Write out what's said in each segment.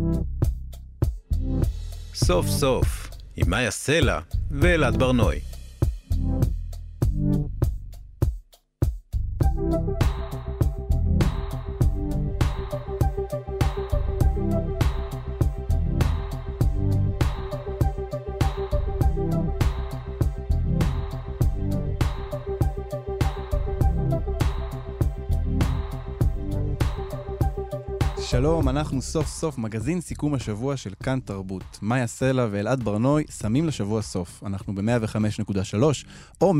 סוף סוף, עם מאיה סלע ואלעד ברנוי. שלום, אנחנו סוף סוף מגזין סיכום השבוע של כאן תרבות. מאיה סלע ואלעד ברנוי שמים לשבוע סוף. אנחנו ב-105.3 או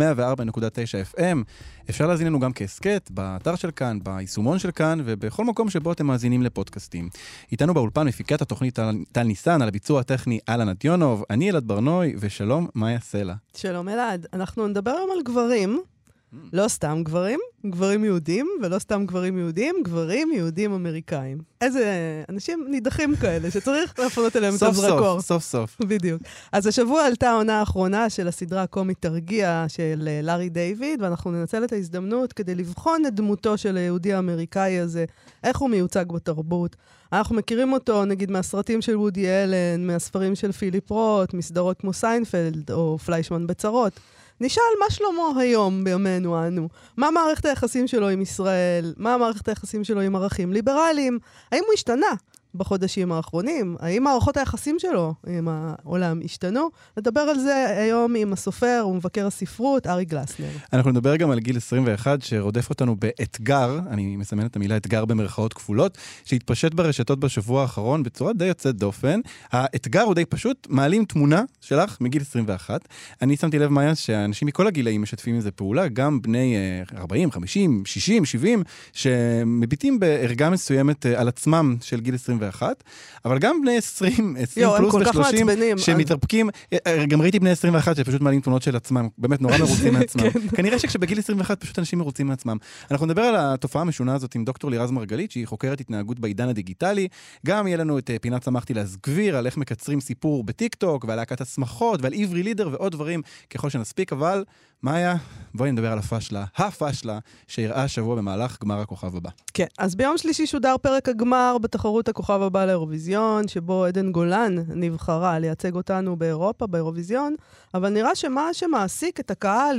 104.9 FM. אפשר להזין לנו גם כעסקט, באתר של כאן, ביישומון של כאן, ובכל מקום שבו אתם מאזינים לפודקאסטים. איתנו באולפן מפיקת התוכנית טל ניסן, על הביצוע הטכני אלן נדיונוב, אני אלעד ברנוי, ושלום מאיה סלע. שלום אלעד, אנחנו נדבר היום על גברים, לא סתם גברים, גברים יהודים, ולא סתם גברים יהודים, גברים יהודים אמריקאים. איזה אנשים נידחים כאלה, שצריך להפנות אליהם את הזרקור. סוף סוף. בדיוק. אז השבוע עלתה העונה האחרונה של הסדרה הקומית תרגיע של לארי דיוויד, ואנחנו ננצל את ההזדמנות כדי לבחון את דמותו של היהודי האמריקאי הזה, איך הוא מיוצג בתרבות. אנחנו מכירים אותו, נגיד, מהסרטים של וודי אלן, מהספרים של פיליפ רוט, מסדרות כמו סיינפלד או פליישמן בצרות. נשאל מה שלמה היום בימינו אנו. מה מערכת היחסים שלו עם ישראל? מה מערכת היחסים שלו עם ערכים ליברליים? האם הוא השתנה בחודשים האחרונים? האם מערכות היחסים שלו עם העולם השתנו? נדבר על זה היום עם הסופר ומבקר הספרות, ארי גלסנר. אנחנו נדבר גם על גיל 21 שרודף אותנו באתגר, אני מסמן את המילה אתגר במרכאות כפולות, שהתפשט ברשתות בשבוע האחרון בצורה די יוצאת דופן. האתגר הוא די פשוט, מעלים תמונה שלך מגיל 21. אני שמתי לב מאיה שאנשים מכל הגילאים משתפים עם זה פעולה, גם בני 40, 50, 60, 70, שמביטים בערגה מסוימת על עצמם של גיל 21, אבל גם בני 20 פלוס ו-30 שמתרפקים, גם ראיתי בני 21 שפשוט מעלים תמונות של עצמם, באמת נורא מרוצים מעצמם. כנראה שכשבגיל 21 פשוט אנשים מרוצים מעצמם. אנחנו נדבר על התופעה המשונה הזאת עם דוקטור לירז מרגלית, שהיא חוקרת התנהגות בעידן הדיגיטלי. גם יהיה לנו את פינת שמחתי להסגביר על איך מקצרים סיפור בטיק טוק, ועל להקת הסמכות, ועל עברי לידר ועוד דברים ככל שנספיק, אבל מאיה, בואי נדבר על הפשלה שהראה השבוע במהלך גמר הכוכב הבא. כן, אז ביום שלישי שודר פרק הגמר בתחרות הכוכב הבא לאירוויזיון, שבו עדן גולן נבחרה לייצג אותנו באירופה, באירוויזיון, אבל נראה שמה שמעסיק את הקהל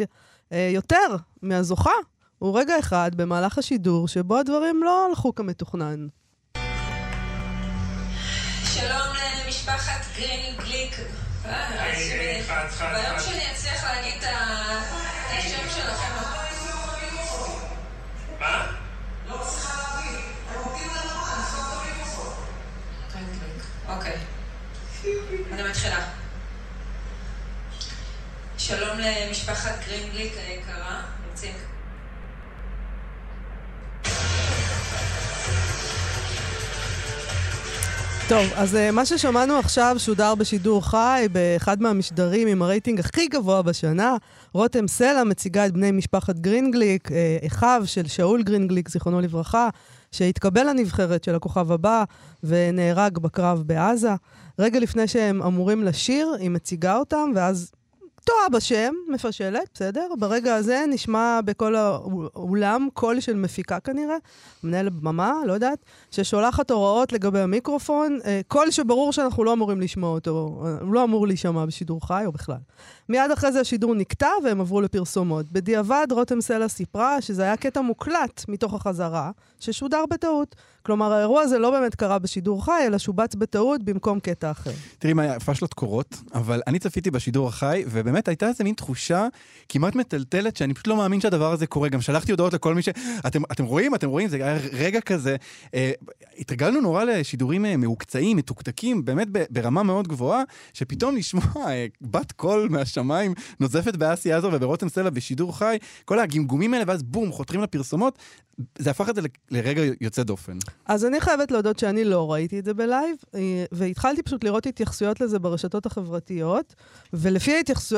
יותר מהזוכה, הוא רגע אחד במהלך השידור, שבו הדברים לא הלכו כמתוכנן. שלום למשפחת גליק. ביום שאני אצליח להגיד את השם שלכם. מה? לא צריכה להבין. הם עובדים על המיקרופון. אוקיי. אני מתחילה. שלום למשפחת גרינגליק היקרה. נמצאים. טוב, אז מה ששמענו עכשיו שודר בשידור חי, באחד מהמשדרים עם הרייטינג הכי גבוה בשנה. רותם סלע מציגה את בני משפחת גרינגליק, אחיו של שאול גרינגליק, זיכרונו לברכה, שהתקבל לנבחרת של הכוכב הבא ונהרג בקרב בעזה. רגע לפני שהם אמורים לשיר, היא מציגה אותם, ואז טועה בשם, מפשלת, בסדר? ברגע הזה נשמע בכל האולם קול של מפיקה כנראה, מנהל במה, לא יודעת, ששולחת הוראות לגבי המיקרופון, קול שברור שאנחנו לא אמורים לשמוע אותו, הוא לא אמור להישמע בשידור חי או בכלל. מיד אחרי זה השידור נקטע והם עברו לפרסומות. בדיעבד רותם סלע סיפרה שזה היה קטע מוקלט מתוך החזרה, ששודר בטעות. כלומר, האירוע הזה לא באמת קרה בשידור חי, אלא שובץ בטעות במקום קטע אחר. תראי מה, פשלות קורות, אבל אני צפיתי בשידור החי, ובאמת הייתה איזה מין תחושה כמעט מטלטלת, שאני פשוט לא מאמין שהדבר הזה קורה. גם שלחתי הודעות לכל מי אתם רואים, זה היה רגע כזה. התרגלנו נורא לשידורים מעוקצאים, מתוקתקים, באמת ברמה מאוד גבוהה, שפתאום נשמע בת קול מהשמיים, נוזפת באסי עזר וברותם סלע בשידור חי, כל הגמגומים האלה, ואז בום, חותרים לפרסומות, זה הפך את זה לרגע יוצא דופן. אז אני חייבת להודות שאני לא ראיתי את זה בלייב, והתחלתי פשוט לראות התייחסויות לזה ברשתות החברתיות, ולפי ההתייחסויות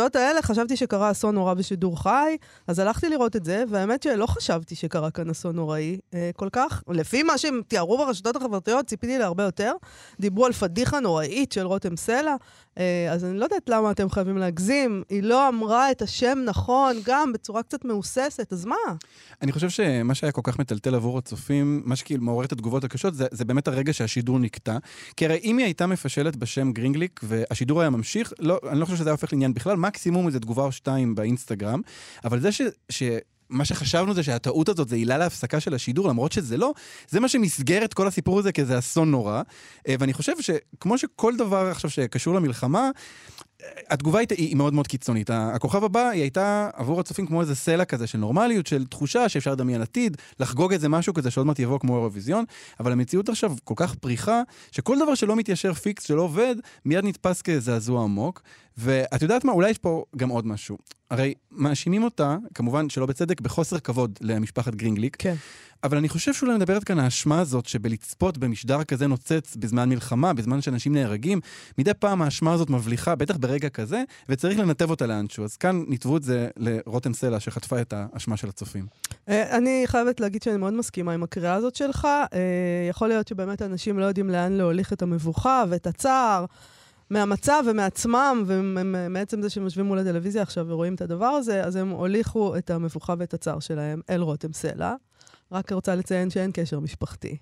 בשטויות האלה חשבתי שקרה אסון נורא בשידור חי, אז הלכתי לראות את זה, והאמת שלא חשבתי שקרה כאן אסון נוראי כל כך. לפי מה שהם תיארו ברשתות החברתיות, ציפיתי להרבה יותר. דיברו על פדיחה נוראית של רותם סלע, אז אני לא יודעת למה אתם חייבים להגזים. היא לא אמרה את השם נכון, גם בצורה קצת מאוססת, אז מה? אני חושב שמה שהיה כל כך מטלטל עבור הצופים, מה שכאילו מעורר את התגובות הקשות, זה באמת הרגע שהשידור נקטע. כי הרי אם היא הייתה מפשלת בשם גרינגליק, והשידור היה ממשיך, אני לא חושב שזה היה הופך לעניין בכלל, מקסימום איזה תגובה או שתיים באינסטגרם, אבל זה מה שחשבנו זה שהטעות הזאת זה עילה להפסקה של השידור, למרות שזה לא, זה מה שמסגר את כל הסיפור הזה כאיזה אסון נורא, ואני חושב שכמו שכל דבר עכשיו שקשור למלחמה, התגובה היא מאוד מאוד קיצונית. הכוכב הבא היא הייתה עבור הצופים כמו איזה סלע כזה של נורמליות, של תחושה שאפשר לדמיין עתיד, לחגוג איזה משהו כזה שעוד מעט יבוא כמו אירוויזיון, אבל המציאות עכשיו כל כך פריחה, שכל דבר שלא מתיישר פיקס, שלא עובד, מיד נתפס כזעזוע עמוק. ואת יודעת מה? אולי יש פה גם עוד משהו. הרי מאשימים אותה, כמובן שלא בצדק, בחוסר כבוד למשפחת גרינגליק. כן. אבל אני חושב שאולי מדברת כאן האשמה הזאת שבלצפות במשדר כזה נוצץ בזמן מלחמה, בזמן שאנשים נהרגים, מדי פעם האשמה הזאת מבליחה, בטח ברגע כזה, וצריך לנתב אותה לאנשהו. אז כאן ניתבו את זה לרותם סלע, שחטפה את האשמה של הצופים. אני חייבת להגיד שאני מאוד מסכימה עם הקריאה הזאת שלך. יכול להיות שבאמת אנשים לא יודעים לאן להוליך את המבוכה ואת הצער, מהמצב ומעצמם, ומעצם זה שהם יושבים מול הטלוויזיה עכשיו ורואים את הדבר הזה, אז הם הוליכו את המבוכה ואת הצער שלהם אל רותם סלע. רק רוצה לציין שאין קשר משפחתי.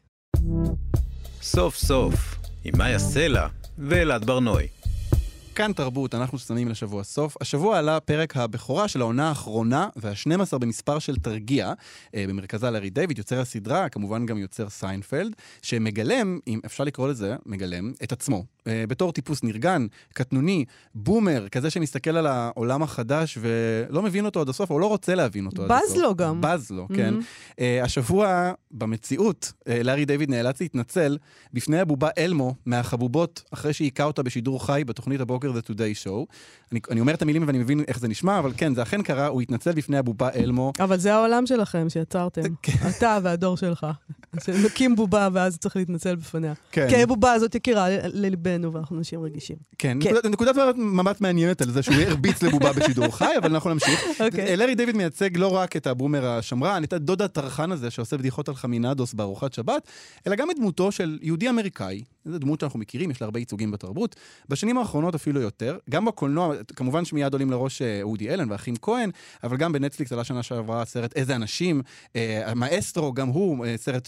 סוף סוף, עם מאיה סלע ואלעד ברנוי. כאן תרבות, אנחנו שמים לשבוע סוף. השבוע עלה פרק הבכורה של העונה האחרונה, וה-12 במספר של תרגיע, במרכזה לארי דיוויד, יוצר הסדרה, כמובן גם יוצר סיינפלד, שמגלם, אם אפשר לקרוא לזה, מגלם את עצמו. בתור טיפוס נרגן, קטנוני, בומר, כזה שמסתכל על העולם החדש ולא מבין אותו עד הסוף, או לא רוצה להבין אותו עד הסוף. בז לו גם. בז לו, כן. השבוע, במציאות, לארי דיוויד נאלץ להתנצל בפני הבובה אלמו מהחבובות, אחרי שהיכה אותה בשידור חי בתוכנית הבוקר The Today Show. אני אומר את המילים ואני מבין איך זה נשמע, אבל כן, זה אכן קרה, הוא התנצל בפני הבובה אלמו. אבל זה העולם שלכם שיצרתם. אתה והדור שלך. שנקים בובה ואז צריך להתנצל בפניה. כי הבובה הזאת יכירה לליבנו ואנחנו אנשים רגישים. כן, נקודת מבט מעניינת על זה שהוא הרביץ לבובה בשידור חי, אבל אנחנו נמשיך. לארי דיוויד מייצג לא רק את הבומר השמרן, את הדוד הטרחן הזה שעושה בדיחות על חמינדוס בארוחת שבת, אלא גם את דמותו של יהודי אמריקאי. זו דמות שאנחנו מכירים, יש לה הרבה ייצוגים בתרבות. בשנים האחרונות אפילו יותר. גם בקולנוע, כמובן שמיד עולים לראש אודי אלן ואחים כהן, אבל גם בנטפליקס עלה שנה שעברה סרט איזה אנשים, המאסטרו, גם הוא סרט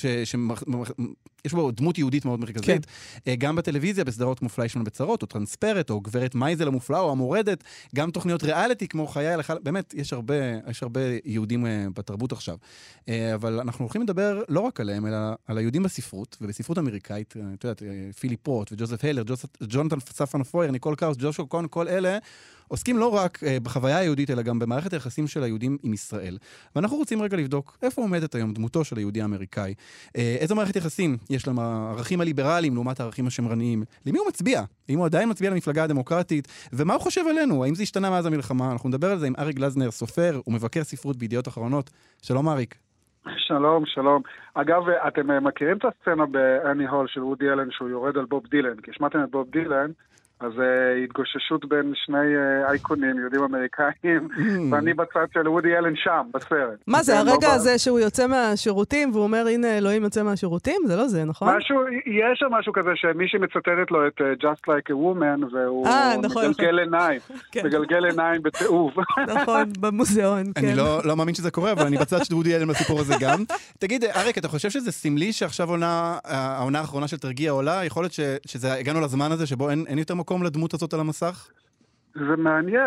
יש בו דמות יהודית מאוד מרכזית. כן. גם בטלוויזיה, בסדרות כמו פליישמן בצרות, או טרנספרט, או גברת מייזל המופלאה, או המורדת, גם תוכניות ריאליטי כמו חיי הלכה, באמת, יש הרבה יהודים בתרבות עכשיו. אבל אנחנו הולכים לדבר לא רק עליהם, אלא על היהודים בספרות, ובספרות אמריקאית, את יודעת, פיליפ רוט וג'וזף הלר, ג'ונתן ספן פויר, ניקול קאוס, ג'ושוע קון, כל אלה עוסקים לא רק בחוויה היהודית, אלא גם במערכת היחסים של היהודים עם ישראל. ואנחנו רוצים רגע לבדוק איפה עומדת היום דמותו של היהודי האמריקאי. איזו מערכת יחסים יש להם הערכים הליברליים לעומת הערכים השמרניים. למי הוא מצביע? האם הוא עדיין מצביע למפלגה הדמוקרטית? ומה הוא חושב עלינו? האם זה השתנה מאז המלחמה? אנחנו נדבר על זה עם אריק גלזנר, סופר ומבקר ספרות בידיעות אחרונות. שלום אריק. שלום, שלום. אגב, אתם מכירים את הסצנה באני הול של וודי אלן שהוא יורד על בוב דילן? כי שמעתם את בוב דילן, אז התגוששות בין שני אייקונים, יהודים אמריקאים, ואני בצד של וודי אלן שם, בסרט. מה זה, הרגע הזה שהוא יוצא מהשירותים, והוא אומר, הנה, אלוהים יוצא מהשירותים? זה לא זה, נכון? יש שם משהו כזה שמישהי מצטטת לו את Just Like a Woman, והוא מגלגל עיניים, מגלגל עיניים בתיעוב. נכון, במוזיאון, כן. אני לא מאמין שזה קורה, אבל אני בצד של וודי אלן בסיפור הזה גם. תגיד, אריק, אתה חושב שזה סמלי שעכשיו העונה האחרונה של תרגיע עולה? יכול להיות שזה הגענו לזמן הזה שבו אין יותר מקום לדמות הזאת על המסך? זה מעניין.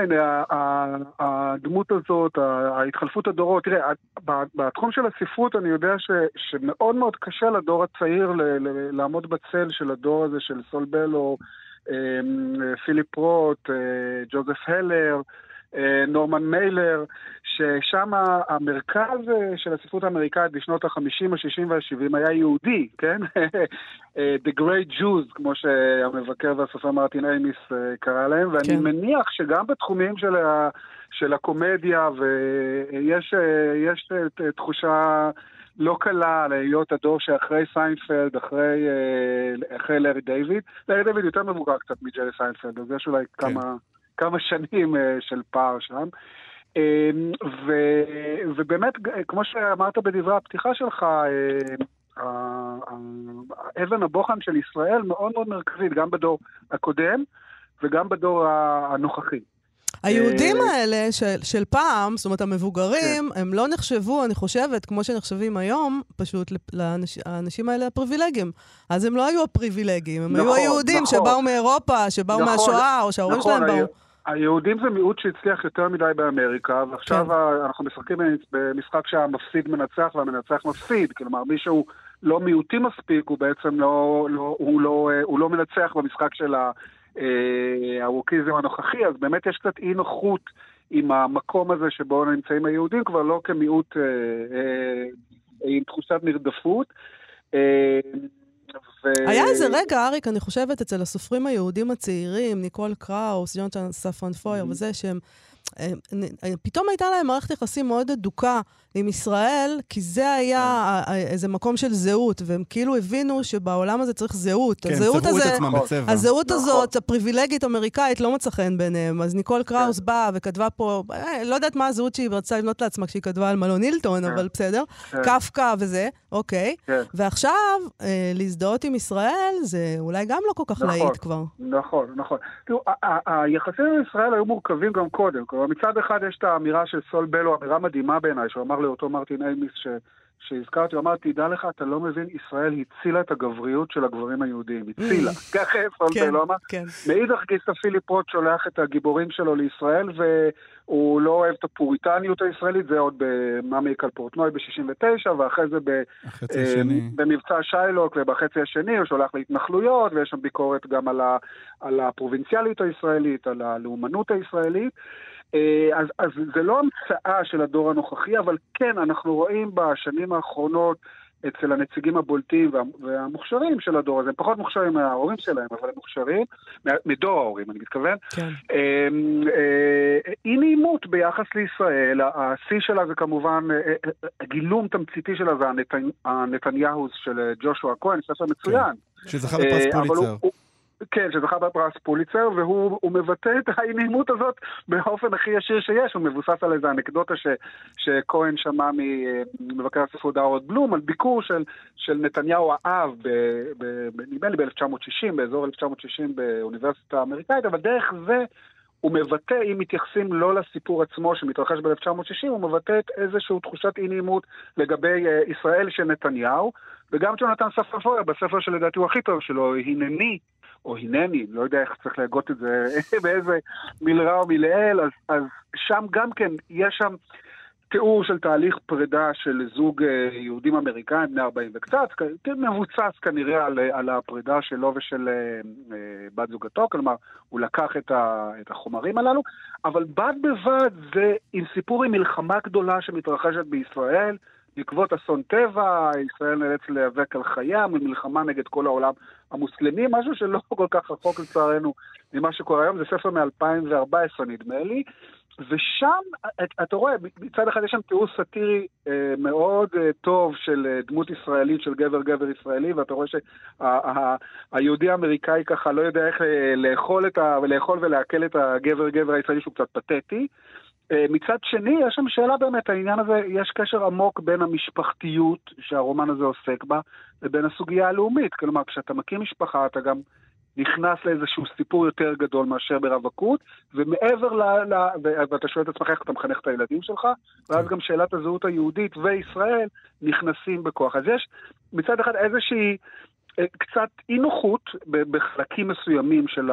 הדמות הזאת, ההתחלפות הדורות, תראה, בתחום של הספרות אני יודע שמאוד מאוד קשה לדור הצעיר לעמוד בצל של הדור הזה של סול בלו, פיליפ רוט, ג'וזף הלר, נורמן מיילר, ששם המרכז של הספרות האמריקאית בשנות ה-50, ה-60 וה-70 היה יהודי, כן? The Great Jews, כמו שהמבקר והסופר מרטין איימיס קרא להם, ואני מניח שגם בתחומים של הקומדיה, ויש תחושה לא קלה להיות הדור שאחרי סיינפלד, אחרי לארי דיוויד. לארי דיוויד יותר מבוגר קצת מג'רי סיינפלד, אז יש אולי כמה שנים של פער שם. ובאמת, כמו שאמרת בדברי הפתיחה שלך, אבן הבוחן של ישראל מאוד מאוד מרכזית, גם בדור הקודם וגם בדור הנוכחי. היהודים האלה של פעם, זאת אומרת המבוגרים, הם לא נחשבו, אני חושבת, כמו שנחשבים היום, פשוט לאנשים האלה הפריבילגיים. אז הם לא היו הפריבילגיים, הם היו היהודים שבאו מאירופה, שבאו מהשואה, או שההורים שלהם באו. היהודים זה מיעוט שהצליח יותר מדי באמריקה, ועכשיו אנחנו משחקים במשחק שהמפסיד מנצח והמנצח מפסיד, כלומר מישהו לא מיעוטי מספיק, הוא בעצם הוא לא מנצח במשחק של הווקיזם הנוכחי, אז באמת יש קצת אי נוחות עם המקום הזה שבו נמצאים היהודים, כבר לא כמיעוט עם תחושת נרדפות. היה איזה רגע, אריק, אני חושבת, אצל הסופרים היהודים הצעירים, ניקול קראוס, ג'ונתן ספרן פויר וזה, שהם פתאום הייתה להם מערכת יחסים מאוד אדוקה עם ישראל, כי זה היה איזה מקום של זהות, והם כאילו הבינו שבעולם הזה צריך זהות. כן, צבעו את עצמם בצבע. הזהות הזאת, הפריבילגית אמריקאית, לא מצא חן ביניהם. אז ניקול קראוס באה וכתבה פה, לא יודעת מה הזהות שהיא רצתה לבנות לעצמה כשהיא כתבה על מלון הילטון, אבל בסדר, קפקא וזה, אוקיי. ועכשיו, להזדהות עם ישראל, זה אולי גם לא כל כך להיט כבר. נכון. תראו, היחסים עם ישראל היו מורכבים גם קודם. מצד אחד יש את האמירה של סול בלו, אמירה מדהימה בעיניי, שהוא אמר לאותו מרטין איימיס שהזכרתי, הוא אמר, תדע לך, אתה לא מבין, ישראל הצילה את הגבריות של הגברים היהודים, הצילה. ככה סול בלו אמר. מאידך גיסא פיליפ רוט שולח את הגיבורים שלו לישראל, והוא לא אוהב את הפוריטניות הישראלית, זה עוד במאמי קלפורטנוי ב-69, ואחרי זה במבצע שיילוק, ובחצי השני הוא שולח להתנחלויות, ויש שם ביקורת גם על הפרובינציאליות הישראלית, על הלאומנות הישראלית. אז זה לא המצאה של הדור הנוכחי, אבל כן, אנחנו רואים בשנים האחרונות אצל הנציגים הבולטים והמוכשרים של הדור הזה, הם פחות מוכשרים מההורים שלהם, אבל הם מוכשרים, מדור ההורים, אני מתכוון. אי נעימות ביחס לישראל, השיא שלה זה כמובן, הגילום תמציתי שלה זה הנתניהו של ג'ושוע כהן, ספר מצוין. שזכה בפרס פוליצר. כן, שזכה בפרס פוליצר, והוא מבטא את האי-נעימות הזאת באופן הכי ישיר שיש. הוא מבוסס על איזו אנקדוטה שכהן שמע ממבקר הספרות האוורד בלום, על ביקור של נתניהו האב, נדמה לי ב-1960, באזור 1960 באוניברסיטה האמריקאית, אבל דרך זה הוא מבטא, אם מתייחסים לא לסיפור עצמו שמתרחש ב-1960, הוא מבטא את איזושהי תחושת אי-נעימות לגבי ישראל של נתניהו, וגם ג'ונתן ספרן פויר, בספר שלדעתי הוא הכי טוב שלו, הנני, או הנני, לא יודע איך צריך להגות את זה, באיזה מלרע או מלעיל, אז שם גם כן, יש שם תיאור של תהליך פרידה של זוג יהודים אמריקאים, בני 40 וקצת, מבוצס כנראה על הפרידה שלו ושל בת זוגתו, כלומר, הוא לקח את החומרים הללו, אבל בד בבד זה עם סיפור עם מלחמה גדולה שמתרחשת בישראל, בעקבות אסון טבע, ישראל נאלץ להיאבק על חייה, ממלחמה נגד כל העולם המוסלמי, משהו שלא כל כך רחוק לצערנו ממה שקורה היום, זה ספר מ-2014 נדמה לי, ושם, אתה רואה, מצד אחד יש שם תיאור סאטירי מאוד טוב של דמות ישראלית, של גבר ישראלי, ואתה רואה שהיהודי האמריקאי ככה לא יודע איך לאכול ולהקל את הגבר הישראלי שהוא קצת פתטי, מצד שני, יש שם שאלה באמת, העניין הזה, יש קשר עמוק בין המשפחתיות שהרומן הזה עוסק בה, ובין הסוגיה הלאומית. כלומר, כשאתה מקים משפחה, אתה גם נכנס לאיזשהו סיפור יותר גדול מאשר ברווקות, ומעבר ואתה שואל את עצמך איך אתה מחנך את הילדים שלך, ואז גם שאלת הזהות היהודית וישראל נכנסים בכוח. אז יש מצד אחד איזושהי קצת אי נוחות בחלקים מסוימים של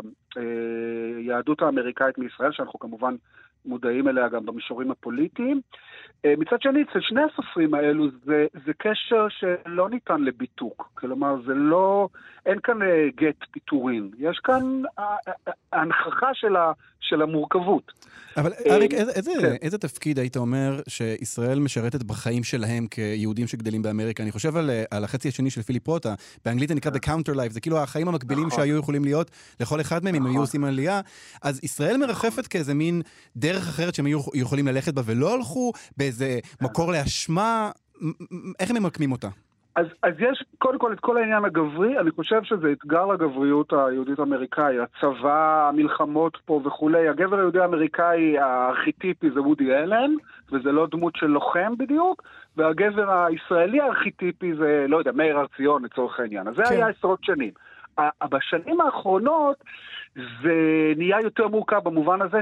היהדות האמריקאית מישראל, שאנחנו כמובן מודעים אליה גם במישורים הפוליטיים. מצד שני, אצל שני הסופרים האלו זה קשר שלא ניתן לביטוק. כלומר, אין כאן גט פיטורין. יש כאן ההנכחה של המורכבות. אבל אריק, איזה תפקיד היית אומר שישראל משרתת בחיים שלהם כיהודים שגדלים באמריקה? אני חושב על החצי השני של פיליפ רוט, באנגלית זה נקרא The Counter Life, זה כאילו החיים המקבילים שהיו יכולים להיות לכל אחד מהם, אם היו עושים עלייה. אז ישראל מרחפת כאיזה מין דרך אחרת שהם היו יכולים ללכת בה ולא הלכו, באיזה מקור להשמה, איך הם ממקמים אותה? אז יש קודם כל את כל העניין הגברי, אני חושב שזה אתגר לגבריות היהודית האמריקאי, הצבא, המלחמות פה וכולי. הגבר היהודי האמריקאי הארכיטיפי זה וודי אלן, וזה לא דמות של לוחם בדיוק, והגבר הישראלי הארכיטיפי זה, לא יודע, מאיר הר-ציון לצורך העניין. אז זה היה עשרות שנים. בשנים האחרונות זה נהיה יותר מורכב במובן הזה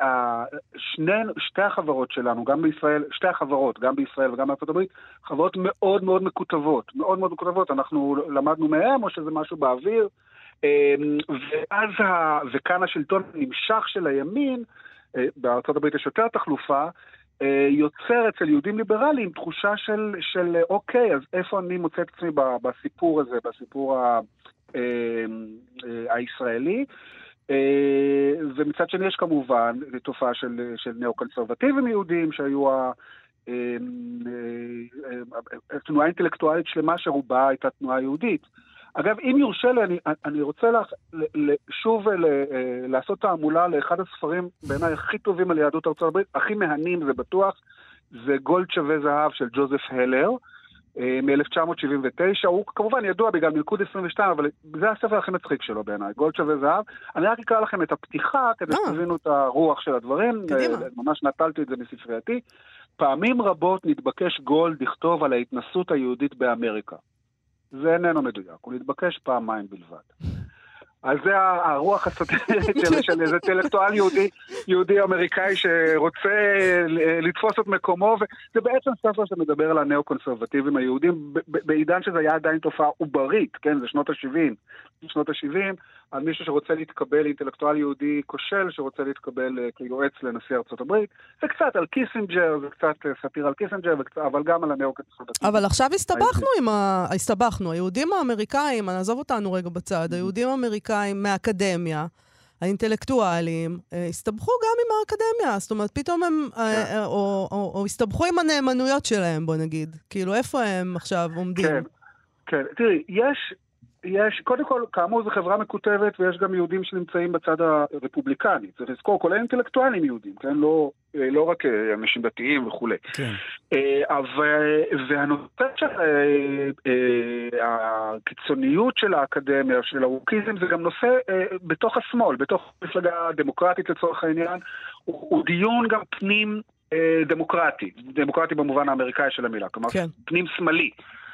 שתי החברות שלנו, גם בישראל, שתי החברות, גם בישראל וגם בארצות הברית, חברות מאוד מאוד מקוטבות, מאוד מאוד מקוטבות, אנחנו למדנו מהם או שזה משהו באוויר, וכאן השלטון נמשך של הימין, בארצות הברית יש יותר תחלופה, יוצר אצל יהודים ליברליים תחושה של אוקיי, אז איפה אני מוצא את עצמי בסיפור הזה, בסיפור הישראלי, ומצד שני יש כמובן תופעה של נאו-קונסרבטיבים יהודים שהיו תנועה אינטלקטואלית שלמה שרובה הייתה תנועה יהודית. אגב, אם יורשה לי, אני רוצה שוב לעשות תעמולה לאחד הספרים בעיניי הכי טובים על יהדות ארצות הברית, הכי מהנים זה בטוח, זה גולד שווה זהב של ג'וזף הלר, מ-1979, הוא כמובן ידוע בגלל מלכוד 22, אבל זה הספר הכי מצחיק שלו בעיניי, גולד שווה זהב. אני רק אקרא לכם את הפתיחה, כדי שתבינו את הרוח של הדברים, ממש נטלתי את זה מספרייתי. פעמים רבות נתבקש גולד לכתוב על ההתנסות היהודית באמריקה. זה איננו מדויק, הוא נתבקש פעמיים בלבד. אז זה הרוח הסוטרית של איזה אינטלקטואל יהודי אמריקאי שרוצה לתפוס את מקומו, וזה בעצם ספר שמדבר על הנאו-קונסרבטיבים היהודים, בעידן שזה היה עדיין תופעה עוברית, כן, זה שנות ה-70. שנות ה-70, על מישהו שרוצה להתקבל, אינטלקטואל יהודי כושל, שרוצה להתקבל כיועץ לנשיא ארצות הברית. זה קצת על קיסינג'ר, זה קצת סאטיר על קיסינג'ר, אבל גם על הנאו-קונסרבטיבים. אבל עכשיו הסתבכנו, היהודים האמריקאים, נעזוב אותנו רגע בצד, היהודים האמריקאים מהאקדמיה, האינטלקטואלים, הסתבכו גם עם האקדמיה, זאת אומרת, פתאום הם, או הסתבכו עם הנאמנויות שלהם, בוא נגיד. כאילו, איפה הם עכשיו עומדים? כן, תראי, יש, קודם כל, כאמור זו חברה מקוטבת, ויש גם יהודים שנמצאים בצד הרפובליקני. צריך לזכור, כולל אינטלקטואלים יהודים, כן? לא רק אנשים דתיים וכו'. כן. והנושא של הקיצוניות של האקדמיה, של הווקיזם, זה גם נושא בתוך השמאל, בתוך מפלגה דמוקרטית לצורך העניין, הוא דיון גם פנים דמוקרטי, דמוקרטי במובן האמריקאי של המילה, כלומר, כן. פנים שמאלי.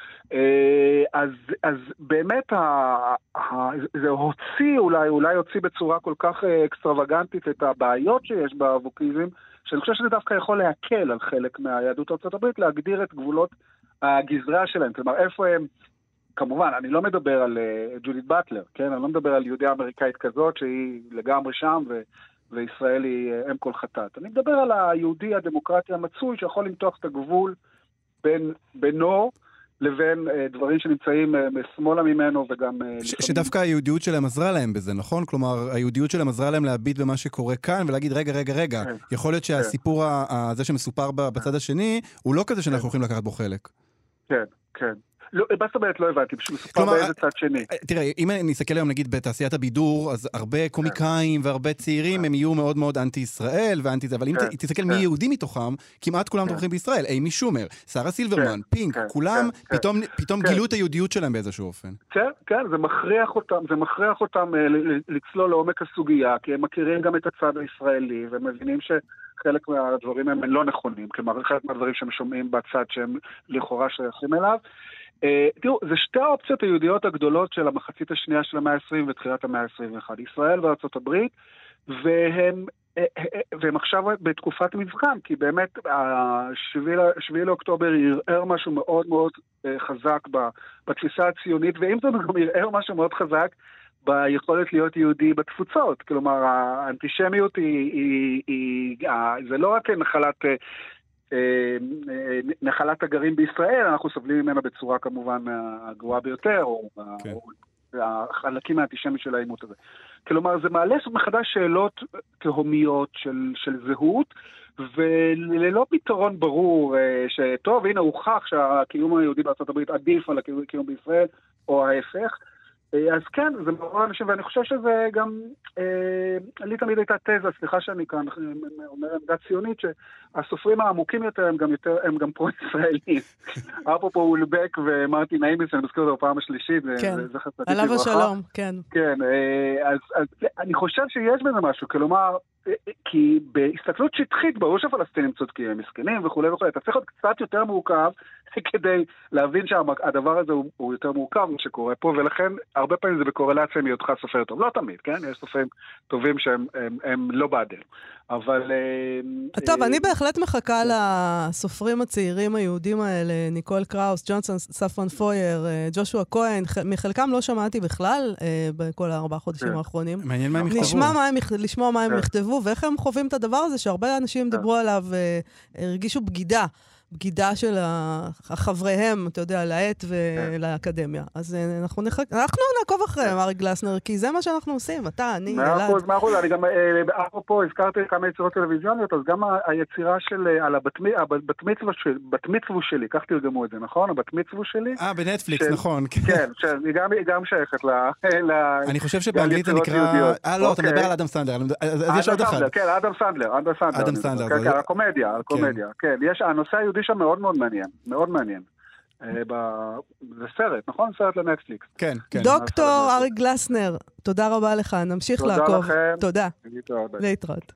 אז באמת זה אולי הוציא בצורה כל כך אקסטרווגנטית את הבעיות שיש בווקיזם, שאני חושב שזה דווקא יכול להקל על חלק מהיהדות ארצות הברית, להגדיר את גבולות הגזרה שלהם, כלומר איפה הם, כמובן, אני לא מדבר על ג'ודית באטלר, כן? אני לא מדבר על יהודיה אמריקאית כזאת שהיא לגמרי שם וישראל היא אם כל חטאת. אני מדבר על היהודי הדמוקרטי המצוי שיכול למתוח את הגבול בינו לבין דברים שנמצאים משמאלה ממנו וגם... שדווקא היהודיות שלהם עזרה להם בזה, נכון? כלומר, היהודיות שלהם עזרה להם להביט במה שקורה כאן ולהגיד, רגע, יכול להיות שהסיפור הזה שמסופר בצד השני, הוא לא כזה שאנחנו יכולים לקחת בו חלק. כן. מה זאת אומרת לא הבנתי, פשוט מסופר באיזה צד שני. תראה, אם נסתכל היום נגיד בתעשיית הבידור, אז הרבה קומיקאים והרבה צעירים הם יהיו מאוד מאוד אנטי-ישראל ואנטי זה, אבל אם תסתכל מי יהודי מתוכם, כמעט כולם תומכים בישראל, אימי שומר, שרה סילברמן, פינק, כולם פתאום גילו את היהודיות שלהם באיזשהו אופן. כן, זה מכריח אותם לצלול לעומק הסוגיה, כי הם מכירים גם את הצד הישראלי, והם מבינים שחלק מהדברים הם לא נכונים, כלומר, חלק מהדברים שהם שומעים בצד שהם לכאורה שייכים אליו. תראו, זה שתי האופציות היהודיות הגדולות של המחצית השנייה של המאה ה-20 ותחילת המאה ה-21, ישראל וארצות הברית, והם עכשיו בתקופת מבחן, כי באמת השביעי לאוקטובר ירער משהו מאוד מאוד חזק בתפיסה הציונית, ועם זה גם ירער משהו מאוד חזק ביכולת להיות יהודי בתפוצות. כלומר, האנטישמיות זה לא רק נחלת הגרים בישראל, אנחנו סובלים ממנה בצורה כמובן הגרועה ביותר, או החלקים האנטישמיים של האימות הזה. כלומר, זה מעלה מחדש שאלות תהומיות של זהות, וללא פתרון ברור שטוב, הנה הוכח שהקיום היהודי בארצות הברית עדיף על הקיום בישראל, או ההפך. אז כן, זה מעורר אנשים, ואני חושב שזה גם, לי תמיד הייתה תזה, סליחה שאני כאן אומר עמדה ציונית, שהסופרים העמוקים יותר הם גם פרו-ישראלים. אפרופו אולבק ומרטין איימס, שאני מזכיר אותו בפעם השלישית, זה חסדית לברכה. עליו השלום, כן. כן, אז אני חושב שיש בזה משהו, כלומר, כי בהסתכלות שטחית, ברור שהפלסטינים צודקים, הם מסכנים וכו' וכו', אתה צריך להיות קצת יותר מורכב כדי להבין שהדבר הזה הוא יותר מורכב מה שקורה פה, ולכן הרבה פעמים זה בקורלציה מהיותך סופר טוב. לא תמיד, כן? יש סופרים טובים שהם לא בעדנו. אבל... טוב, אני בהחלט מחכה לסופרים הצעירים היהודים האלה, ניקול קראוס, ג'ונסון, ספרן פויר, ג'ושוע כהן, מחלקם לא שמעתי בכלל בכל 4 חודשים האחרונים. מעניין מה הם יכתבו. לשמוע מה הם יכתבו, ואיך הם חווים את הדבר הזה, שהרבה אנשים דיברו עליו, הרגישו בגידה של חבריהם, אתה יודע, לעת ולאקדמיה. אז אנחנו נעקוב אחריהם, אריק גלסנר, כי זה מה שאנחנו עושים, אתה, אני, אלעד. 100%, אני גם, אפרופו, הזכרתי כמה יצירות טלוויזיוניות, אז גם היצירה של, על הבת מצוו שלי, כך תרגמו את זה, נכון? הבת מצוו שלי. בנטפליקס, נכון. כן, היא גם שייכת אני חושב שבאנגלית זה נקרא... לא, אתה מדבר על אדם סנדלר, אז יש עוד אחד. כן, אדם סנדלר. הקומדיה, כן. יש, הנושא היהודי שם מאוד מאוד מעניין, מאוד מעניין. זה סרט, נכון? סרט לנטפליקס. כן, כן. דוקטור אריק גלסנר, תודה רבה לך, נמשיך לעקוב. תודה לכם. תודה. להתראות.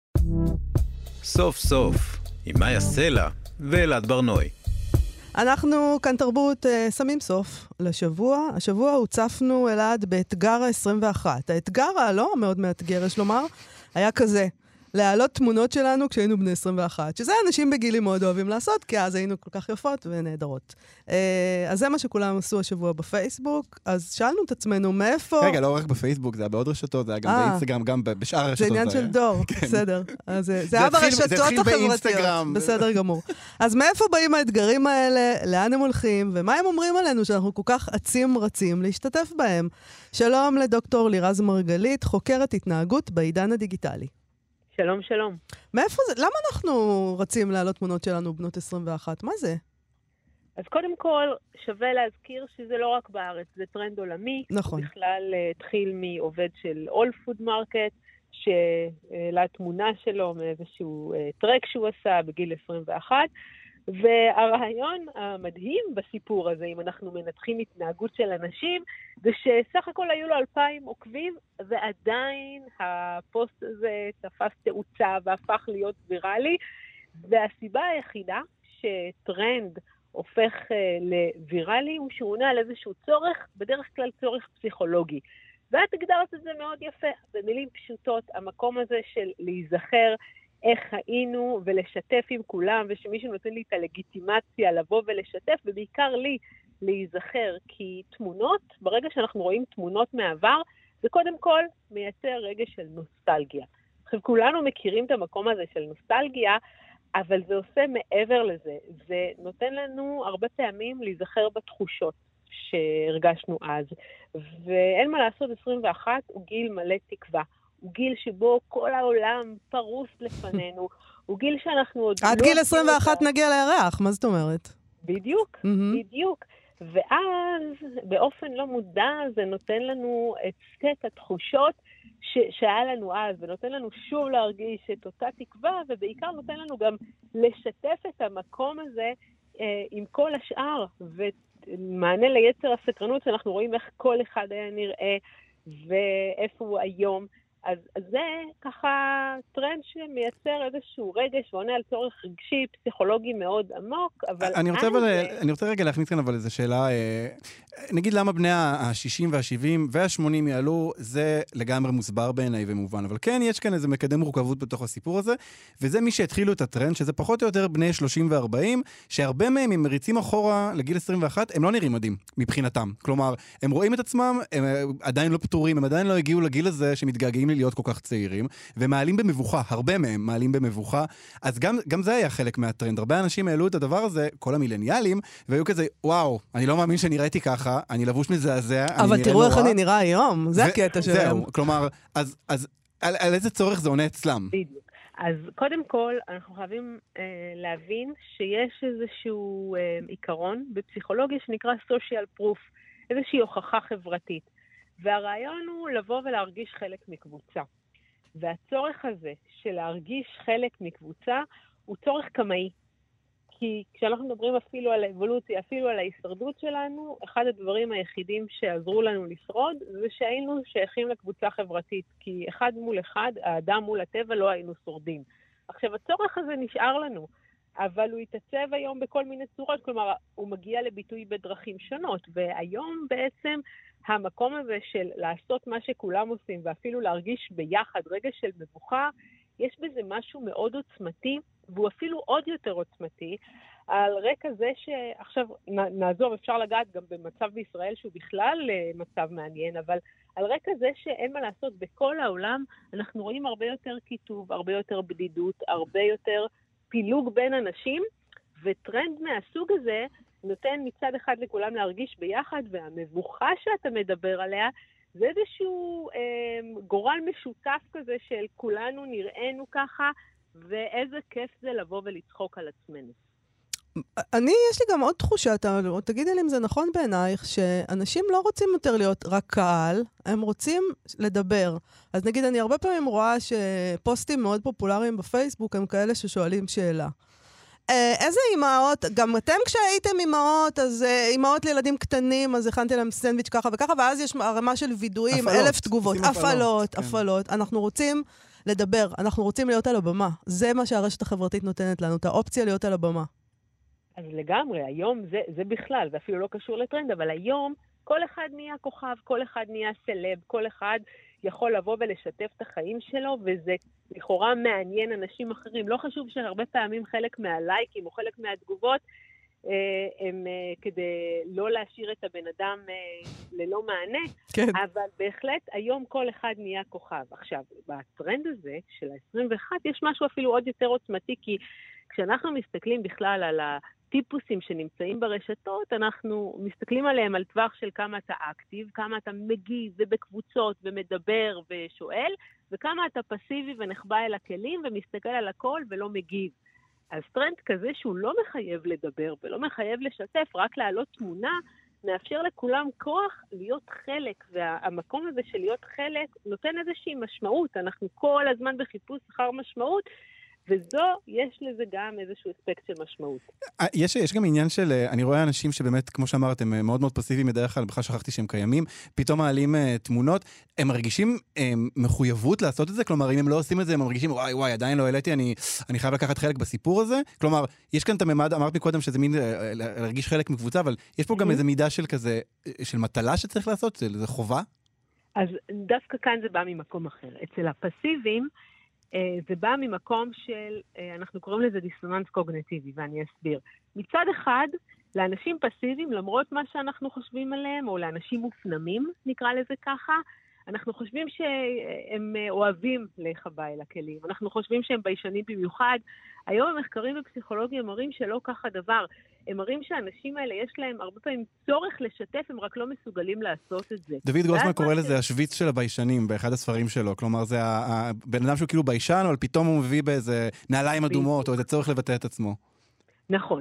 סוף סוף, עם מאיה סלע ואלעד ברנועי. אנחנו כאן תרבות שמים סוף לשבוע. השבוע הוצפנו אלעד באתגר ה-21. האתגר הלא מאוד מאתגר, יש לומר, היה כזה. להעלות תמונות שלנו כשהיינו בני 21, שזה אנשים בגילים מאוד אוהבים לעשות, כי אז היינו כל כך יפות ונהדרות. אז זה מה שכולם עשו השבוע בפייסבוק, אז שאלנו את עצמנו מאיפה... רגע, לא רק בפייסבוק, זה היה בעוד רשתות, זה היה גם באינסטגרם, גם בשאר הרשתות. זה עניין של דור, בסדר. זה היה ברשתות החברתיות, בסדר גמור. אז מאיפה באים האתגרים האלה, לאן הם הולכים, ומה הם אומרים עלינו שאנחנו כל כך עצים רצים להשתתף בהם? שלום לדוקטור לירז מרגלית, חוקרת התנהגות בעידן הדיגיטלי. שלום, שלום. מאיפה זה? למה אנחנו רצים להעלות תמונות שלנו בנות 21? מה זה? אז קודם כל, שווה להזכיר שזה לא רק בארץ, זה טרנד עולמי. נכון. בכלל התחיל מעובד של אול פוד מרקט, שהעלה תמונה שלו מאיזשהו טרק שהוא עשה בגיל 21, והרעיון המדהים בסיפור הזה, אם אנחנו מנתחים התנהגות של אנשים, זה שסך הכל היו לו 2,000 עוקבים, ועדיין הפוסט הזה תפס תאוצה והפך להיות ויראלי, והסיבה היחידה שטרנד הופך לוויראלי, הוא שהוא עונה על איזשהו צורך, בדרך כלל צורך פסיכולוגי. ואת הגדרת את זה מאוד יפה, במילים פשוטות, המקום הזה של להיזכר, איך היינו ולשתף עם כולם, ושמישהו נותן לי את הלגיטימציה לבוא ולשתף, ובעיקר לי להיזכר, כי תמונות, ברגע שאנחנו רואים תמונות מעבר, זה קודם כל מייצר רגש של נוסטלגיה. עכשיו, כולנו מכירים את המקום הזה של נוסטלגיה, אבל זה עושה מעבר לזה. זה נותן לנו הרבה פעמים להיזכר בתחושות שהרגשנו אז. ואין מה לעשות, 21 הוא גיל מלא תקווה. הוא גיל שבו כל העולם פרוס לפנינו. הוא גיל שאנחנו עוד עד גיל 21 נגיע לירח, מה זאת אומרת? בדיוק, בדיוק. ואז באופן לא מודע זה נותן לנו את סט התחושות שהיה לנו אז, ונותן לנו שוב להרגיש את אותה תקווה, ובעיקר נותן לנו גם לשתף את המקום הזה עם כל השאר, ומענה ליצר הסקרנות שאנחנו רואים איך כל אחד היה נראה, ואיפה הוא היום. אז זה ככה טרנד שמייצר איזשהו רגש ועונה על צורך רגשי, פסיכולוגי מאוד עמוק, אבל... אני רוצה רגע להכניס כאן אבל איזו שאלה, נגיד למה בני ה-60 וה-70 וה-80 יעלו, זה לגמרי מוסבר בעיניי ומובן, אבל כן יש כאן איזה מקדם מורכבות בתוך הסיפור הזה, וזה מי שהתחילו את הטרנד, שזה פחות או יותר בני 30 ו-40, שהרבה מהם הם מריצים אחורה לגיל 21, הם לא נראים מדהים מבחינתם. כלומר, הם רואים את עצמם, הם עדיין לא פטורים, הם עדיין לא הגיעו לגיל הזה שמתגעגעים להיות כל כך צעירים, ומעלים במבוכה, הרבה מהם מעלים במבוכה, אז גם זה היה חלק מהטרנד. הרבה אנשים העלו את הדבר הזה, כל המילניאלים, והיו כזה, וואו, אני לא מאמין שנראיתי ככה, אני לבוש מזעזע, אבל תראו איך אני נראה היום, זה הקטע שלהם. זהו, כלומר, אז על איזה צורך זה עונה אצלם? בדיוק. אז קודם כל, אנחנו חייבים להבין שיש איזשהו עיקרון בפסיכולוגיה שנקרא social proof, איזושהי הוכחה חברתית. והרעיון הוא לבוא ולהרגיש חלק מקבוצה. והצורך הזה של להרגיש חלק מקבוצה הוא צורך קמאי. כי כשאנחנו מדברים אפילו על האבולוציה, אפילו על ההישרדות שלנו, אחד הדברים היחידים שעזרו לנו לשרוד, זה שהיינו שייכים לקבוצה חברתית. כי אחד מול אחד, האדם מול הטבע, לא היינו שורדים. עכשיו, הצורך הזה נשאר לנו, אבל הוא יתעצב היום בכל מיני צורות, כלומר, הוא מגיע לביטוי בדרכים שונות, והיום בעצם המקום הזה של לעשות מה שכולם עושים, ואפילו להרגיש ביחד רגע של מבוכה, יש בזה משהו מאוד עוצמתי, והוא אפילו עוד יותר עוצמתי, על רקע זה שעכשיו נעזוב, אפשר לגעת גם במצב בישראל שהוא בכלל מצב מעניין, אבל על רקע זה שאין מה לעשות בכל העולם, אנחנו רואים הרבה יותר כיתוב, הרבה יותר בדידות, הרבה יותר פילוג בין אנשים, וטרנד מהסוג הזה נותן מצד אחד לכולם להרגיש ביחד, והמבוכה שאתה מדבר עליה, זה איזשהו גורל משותף כזה של כולנו נראינו ככה, ואיזה כיף זה לבוא ולצחוק על עצמנו. יש לי גם עוד תחושה, תגידי לי אם זה נכון בעינייך, שאנשים לא רוצים יותר להיות רק קהל, הם רוצים לדבר. אז נגיד, אני הרבה פעמים רואה שפוסטים מאוד פופולריים בפייסבוק הם כאלה ששואלים שאלה. איזה אימהות, גם אתם כשהייתם אימהות, אז אימהות לילדים קטנים, אז הכנתי להם סנדוויץ' ככה וככה, ואז יש הרמה של וידועים, 1,000 תגובות, הפעלות. אנחנו רוצים לדבר, אנחנו רוצים להיות על הבמה. זה מה שהרשת החברתית נותנת לנו, את האופציה להיות על הבמה. אז לגמרי, היום זה בכלל, זה אפילו לא קשור לטרנד, אבל היום כל אחד נהיה כוכב, כל אחד נהיה סלב, כל אחד יכול לבוא ולשתף את החיים שלו, וזה לכאורה מעניין אנשים אחרים. לא חשוב שהרבה פעמים חלק מהלייקים או חלק מהתגובות, הם כדי לא להשאיר את הבן אדם ללא מענה, כן. אבל בהחלט היום כל אחד נהיה כוכב. עכשיו, בטרנד הזה של ה-21 יש משהו אפילו עוד יותר עוצמתי, כי כשאנחנו מסתכלים בכלל על הטיפוסים שנמצאים ברשתות, אנחנו מסתכלים עליהם על טווח של כמה אתה אקטיב, כמה אתה מגיב ובקבוצות ומדבר ושואל, וכמה אתה פסיבי ונחבא אל הכלים ומסתכל על הכל ולא מגיב. אז טרנד כזה שהוא לא מחייב לדבר ולא מחייב לשתף, רק להעלות תמונה, מאפשר לכולם כוח להיות חלק, והמקום הזה של להיות חלק נותן איזושהי משמעות. אנחנו כל הזמן בחיפוש אחר משמעות, וזו, יש לזה גם איזשהו אספקט של משמעות. יש גם עניין של, אני רואה אנשים שבאמת, כמו שאמרת, הם מאוד מאוד פסיביים בדרך כלל, בכלל שכחתי שהם קיימים, פתאום מעלים תמונות, הם מרגישים מחויבות לעשות את זה? כלומר, אם הם לא עושים את זה, הם מרגישים, וואי, עדיין לא העליתי, אני חייב לקחת חלק בסיפור הזה? כלומר, יש כאן את הממד, אמרת מקודם שזה מין להרגיש חלק מקבוצה, אבל יש פה גם איזו מידה של כזה, של מטלה שצריך לעשות, זה חובה? אז דווקא כאן זה בא ממקום אחר. אצל הפסיביים, זה בא ממקום של, אנחנו קוראים לזה דיסוננס קוגניטיבי, ואני אסביר. מצד אחד, לאנשים פסיביים, למרות מה שאנחנו חושבים עליהם, או לאנשים מופנמים, נקרא לזה ככה, אנחנו חושבים שהם אוהבים להיחבא אל הכלים, אנחנו חושבים שהם ביישנים במיוחד. היום המחקרים בפסיכולוגיה מראים שלא ככה דבר. הם מראים שהאנשים האלה יש להם הרבה פעמים צורך לשתף, הם רק לא מסוגלים לעשות את זה. דוד גרוסמן קורא לזה השוויץ של הביישנים באחד הספרים שלו. כלומר, זה הבן אדם שהוא כאילו ביישן, אבל פתאום הוא מביא באיזה נעליים אדומות, או איזה צורך לבטא את עצמו. נכון,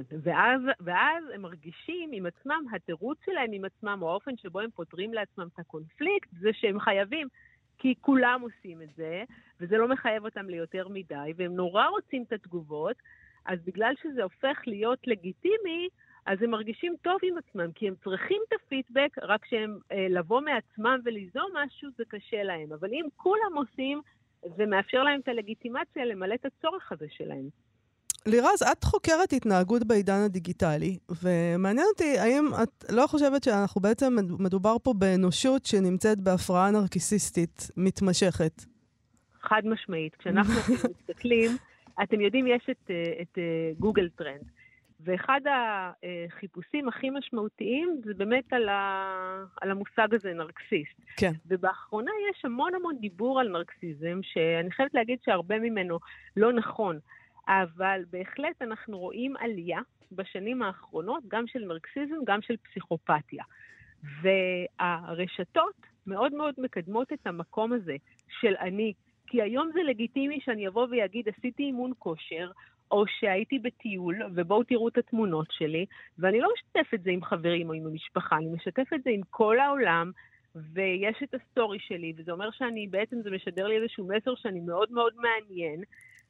ואז הם מרגישים עם עצמם, התירוץ שלהם עם עצמם, או האופן שבו הם פותרים לעצמם את הקונפליקט, זה שהם חייבים, כי כולם עושים את זה, וזה לא מחייב אותם ליותר מדי, והם נורא רוצים את התגובות, אז בגלל שזה הופך להיות לגיטימי, אז הם מרגישים טוב עם עצמם, כי הם צריכים את הפידבק, רק שהם לבוא מעצמם וליזום משהו, זה קשה להם. אבל אם כולם עושים, זה מאפשר להם את הלגיטימציה למלא את הצורך הזה שלהם. לירז, את חוקרת התנהגות בעידן הדיגיטלי, ומעניין אותי, האם את לא חושבת שאנחנו בעצם מדובר פה באנושות שנמצאת בהפרעה נרקיסיסטית מתמשכת? חד משמעית. כשאנחנו מסתכלים, אתם יודעים, יש את גוגל טרנד, ואחד החיפושים הכי משמעותיים זה באמת על המושג הזה, נרקסיסט. כן. ובאחרונה יש המון דיבור על נרקסיזם, שאני חייבת להגיד שהרבה ממנו לא נכון, אבל בהחלט אנחנו רואים עלייה בשנים האחרונות, גם של נרקסיזם, גם של פסיכופתיה. והרשתות מאוד מאוד מקדמות את המקום הזה של אני, כי היום זה לגיטימי שאני אבוא ויגיד, עשיתי אימון כושר, או שהייתי בטיול, ובואו תראו את התמונות שלי, ואני לא משתף את זה עם חברים או עם המשפחה, אני משתף את זה עם כל העולם, ויש את הסטורי שלי, וזה אומר זה משדר לי איזשהו מסר שאני מאוד מאוד מעניין,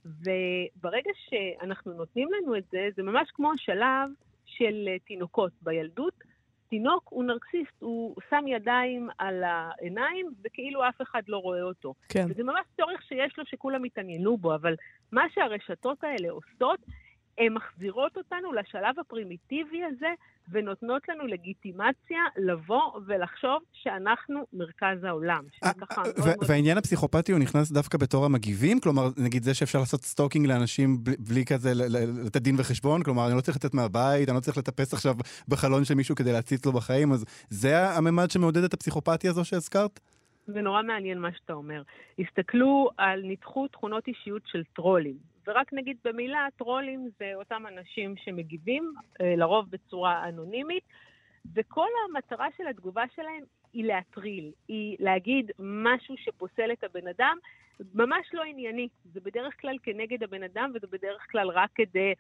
וברגע שאנחנו נותנים לנו את זה, זה ממש כמו השלב של תינוקות בילדות. תינוק הוא נרקסיסט, הוא שם ידיים על העיניים, וכאילו אף אחד לא רואה אותו. כן. וזה ממש צורך שיש לו שכולם התעניינו בו, אבל מה שהרשתות האלה עושות, הן מחזירות אותנו לשלב הפרימיטיבי הזה, ונותנות לנו לגיטימציה לבוא ולחשוב שאנחנו מרכז העולם. והעניין הפסיכופתי הוא נכנס דווקא בתור המגיבים? כלומר, נגיד זה שאפשר לעשות סטוקינג לאנשים בלי כזה לתת דין וחשבון? כלומר, אני לא צריך לתת מהבית, אני לא צריך לטפס עכשיו בחלון של מישהו כדי להציץ לו בחיים, אז זה הממד שמעודד את הפסיכופתיה הזו שהזכרת? זה נורא מעניין מה שאתה אומר. הסתכלו על ניתחו תכונות אישיות של טרולים. ורק נגיד במילה, טרולים זה אותם אנשים שמגיבים, לרוב בצורה אנונימית, וכל המטרה של התגובה שלהם היא להטריל, היא להגיד משהו שפוסל את הבן אדם, ממש לא ענייני. זה בדרך כלל כנגד הבן אדם, וזה בדרך כלל רק כדי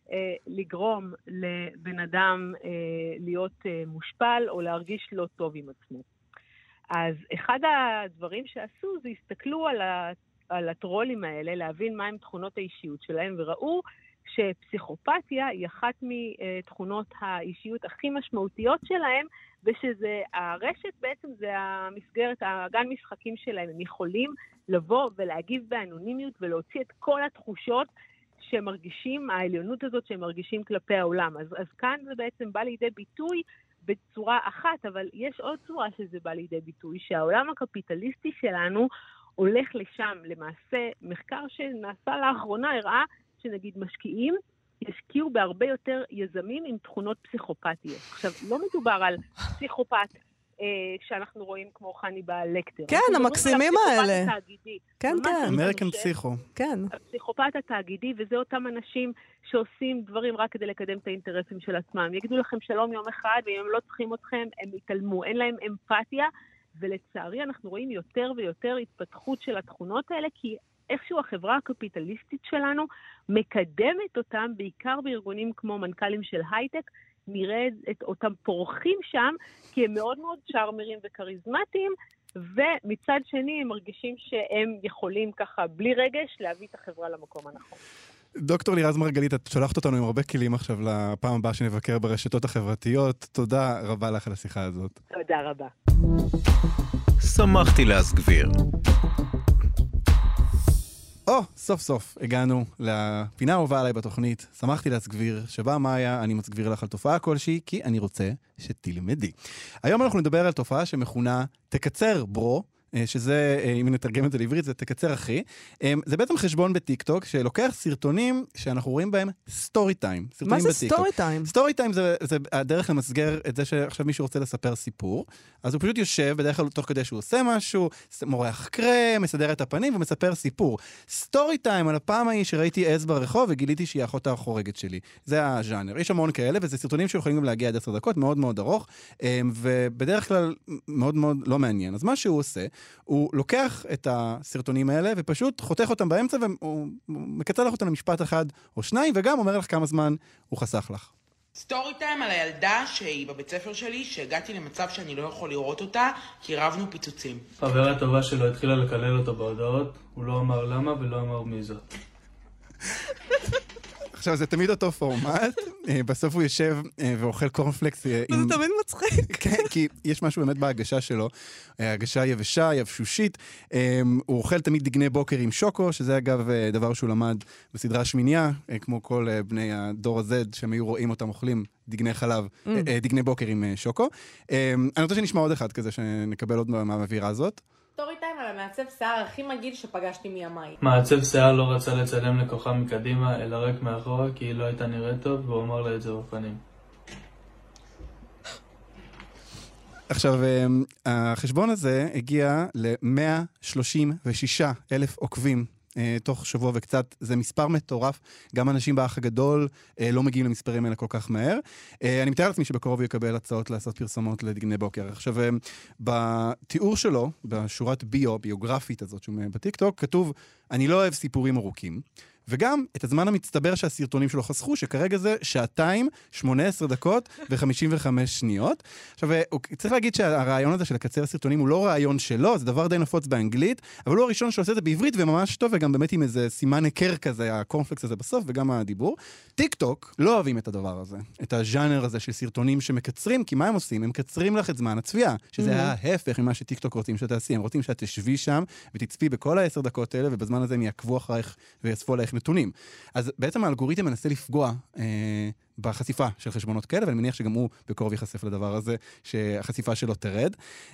לגרום לבן אדם להיות מושפל, או להרגיש לא טוב עם עצמו. אז אחד הדברים שעשו, זה הסתכלו על הטרולים האלה, להבין מהם תכונות האישיות שלהם, וראו שפסיכופתיה היא אחת מתכונות האישיות הכי משמעותיות שלהם, ושזה הרשת בעצם זה המסגרת, הגן משחקים שלהם. הם יכולים לבוא ולהגיב באנונימיות ולהוציא את כל התחושות שמרגישים, העליונות הזאת שהם מרגישים כלפי העולם. אז כאן זה בעצם בא לידי ביטוי בצורה אחת, אבל יש עוד צורה שזה בא לידי ביטוי, שהעולם הקפיטליסטי שלנו הולך לשם. למעשה, מחקר שנעשה לאחרונה הראה שנגיד משקיעים ישקיעו בהרבה יותר יזמים עם תכונות פסיכופתיות. עכשיו, לא מדובר על פסיכופת שאנחנו רואים כמו חניבל לקטר. כן, המקסימים האלה. כן, כן. אמריקן פסיכו. כן. הפסיכופת התאגידי, וזה אותם אנשים שעושים דברים רק כדי לקדם את האינטרסים של עצמם. יגידו לכם שלום יום אחד, ואם הם לא צריכים אתכם, הם יתעלמו. אין להם אמפתיה, ולצערי אנחנו רואים יותר ויותר התפתחות של התכונות האלה, כי איכשהו החברה הקפיטליסטית שלנו מקדמת אותם, בעיקר בארגונים כמו מנכ"לים של הייטק, נראה את אותם פורחים שם, כי הם מאוד מאוד שרמרים וקריזמטיים, ומצד שני הם מרגישים שהם יכולים ככה בלי רגש להביא את החברה למקום הנכון. דוקטור לירז מרגלית, את שולחת אותנו עם הרבה כלים עכשיו לפעם הבאה שנבקר ברשתות החברתיות. תודה רבה לך על השיחה הזאת. תודה רבה. שמחתי להסגביר. סוף סוף הגענו לפינה האהובה עליי בתוכנית, שמחתי להסגביר, שבה מאיה אני מסגביר לך על תופעה כלשהי, כי אני רוצה שתלמדי. היום אנחנו נדבר על תופעה שמכונה תקצר ברו, שזה, אם נתרגם את זה לעברית, זה תקצר אחי. זה בעצם חשבון בטיקטוק שלוקח סרטונים שאנחנו רואים בהם סטורי טיים. מה זה סטורי טיים? סטורי טיים זה הדרך למסגר את זה שעכשיו מישהו רוצה לספר סיפור, אז הוא פשוט יושב, בדרך כלל תוך כדי שהוא עושה משהו, מורח קרם, מסדר את הפנים ומספר סיפור. סטורי טיים על הפעם ההיא שראיתי עז ברחוב וגיליתי שהיא האחות החורגת שלי. זה הז'אנר. יש המון כאלה, וזה סרטונים שיכולים גם להגיע עד 10 דקות, מאוד מאוד ארוך, ובדרך כלל מאוד מאוד לא מעניין. אז מה שהוא עושה, הוא לוקח את הסרטונים האלה ופשוט חותך אותם באמצע והוא מקצר לך אותם למשפט אחד או שניים, וגם אומר לך כמה זמן הוא חסך לך. סטורי טיים על הילדה שהיא בבית ספר שלי, שהגעתי למצב שאני לא יכול לראות אותה כי רבנו פיצוצים. חברה טובה שלו התחילה לקלל אותו בהודעות, הוא לא אמר למה ולא אמר מי זאת. עכשיו, זה תמיד אותו פורמט, בסוף הוא יושב ואוכל קורנפלקס. זה תמיד מצחיק. כן, כי יש משהו באמת בהגשה שלו, הגשה יבשה, יבשושית, הוא אוכל תמיד דגני בוקר עם שוקו, שזה אגב דבר שהוא למד בסדרה שמיניה, כמו כל בני הדור הזד, שהם היו רואים אותם אוכלים דגני חלב, דגני בוקר עם שוקו. אני רוצה שנשמע עוד אחד כזה, שנקבל עוד מהאווירה הזאת. סטורי טיים על המעצב שיער הכי מגעיל שפגשתי מימיי. מעצב שיער לא רצה לצלם לקוחה מקדימה, אלא רק מאחורה, כי היא לא הייתה נראית טוב, והוא אמר לה את זה בפנים. עכשיו, החשבון הזה הגיע ל-136,000 עוקבים תוך שבוע וקצת. זה מספר מטורף. גם אנשים באח הגדול לא מגיעים למספרים האלה כל כך מהר. אני מתאר לעצמי שבקרוב יקבל הצעות לעשות פרסומות לדגני בוקר. עכשיו, בתיאור שלו, בשורת ביוגרפית הזאת שהוא בטיקטוק, כתוב, אני לא אוהב סיפורים ארוכים, וגם את הזמן המצטבר שהסרטונים שלו חסכו, שכרגע זה 2 18 דקות ו-55 שניות. עכשיו, צריך להגיד שהרעיון הזה של לקצר הסרטונים הוא לא רעיון שלו, זה דבר די נפוץ באנגלית, אבל הוא הראשון שעושה את זה בעברית וממש טוב, וגם באמת עם איזה סימן היכר כזה, הקורנפלקס הזה בסוף, וגם הדיבור. טיק טוק לא אוהבים את הדבר הזה, את הז'אנר הזה של סרטונים שמקצרים, כי מה הם עושים? הם מקצרים לך את זמן הצפייה, שזה ההפך ממה שטיק טוק רוצים שתעשי. הם רוצים שאת תשבי שם ותצפי בכל 10 דקות האלה, ובזמן הזה הם יעקבו אחריך ויאספו עלייך נתונים. אז בעצם האלגוריתם מנסה לפגוע בחשיפה של חשבונות כאלה, ואני מניח שגם הוא בקרוב ייחשף לדבר הזה, שהחשיפה שלו תרד.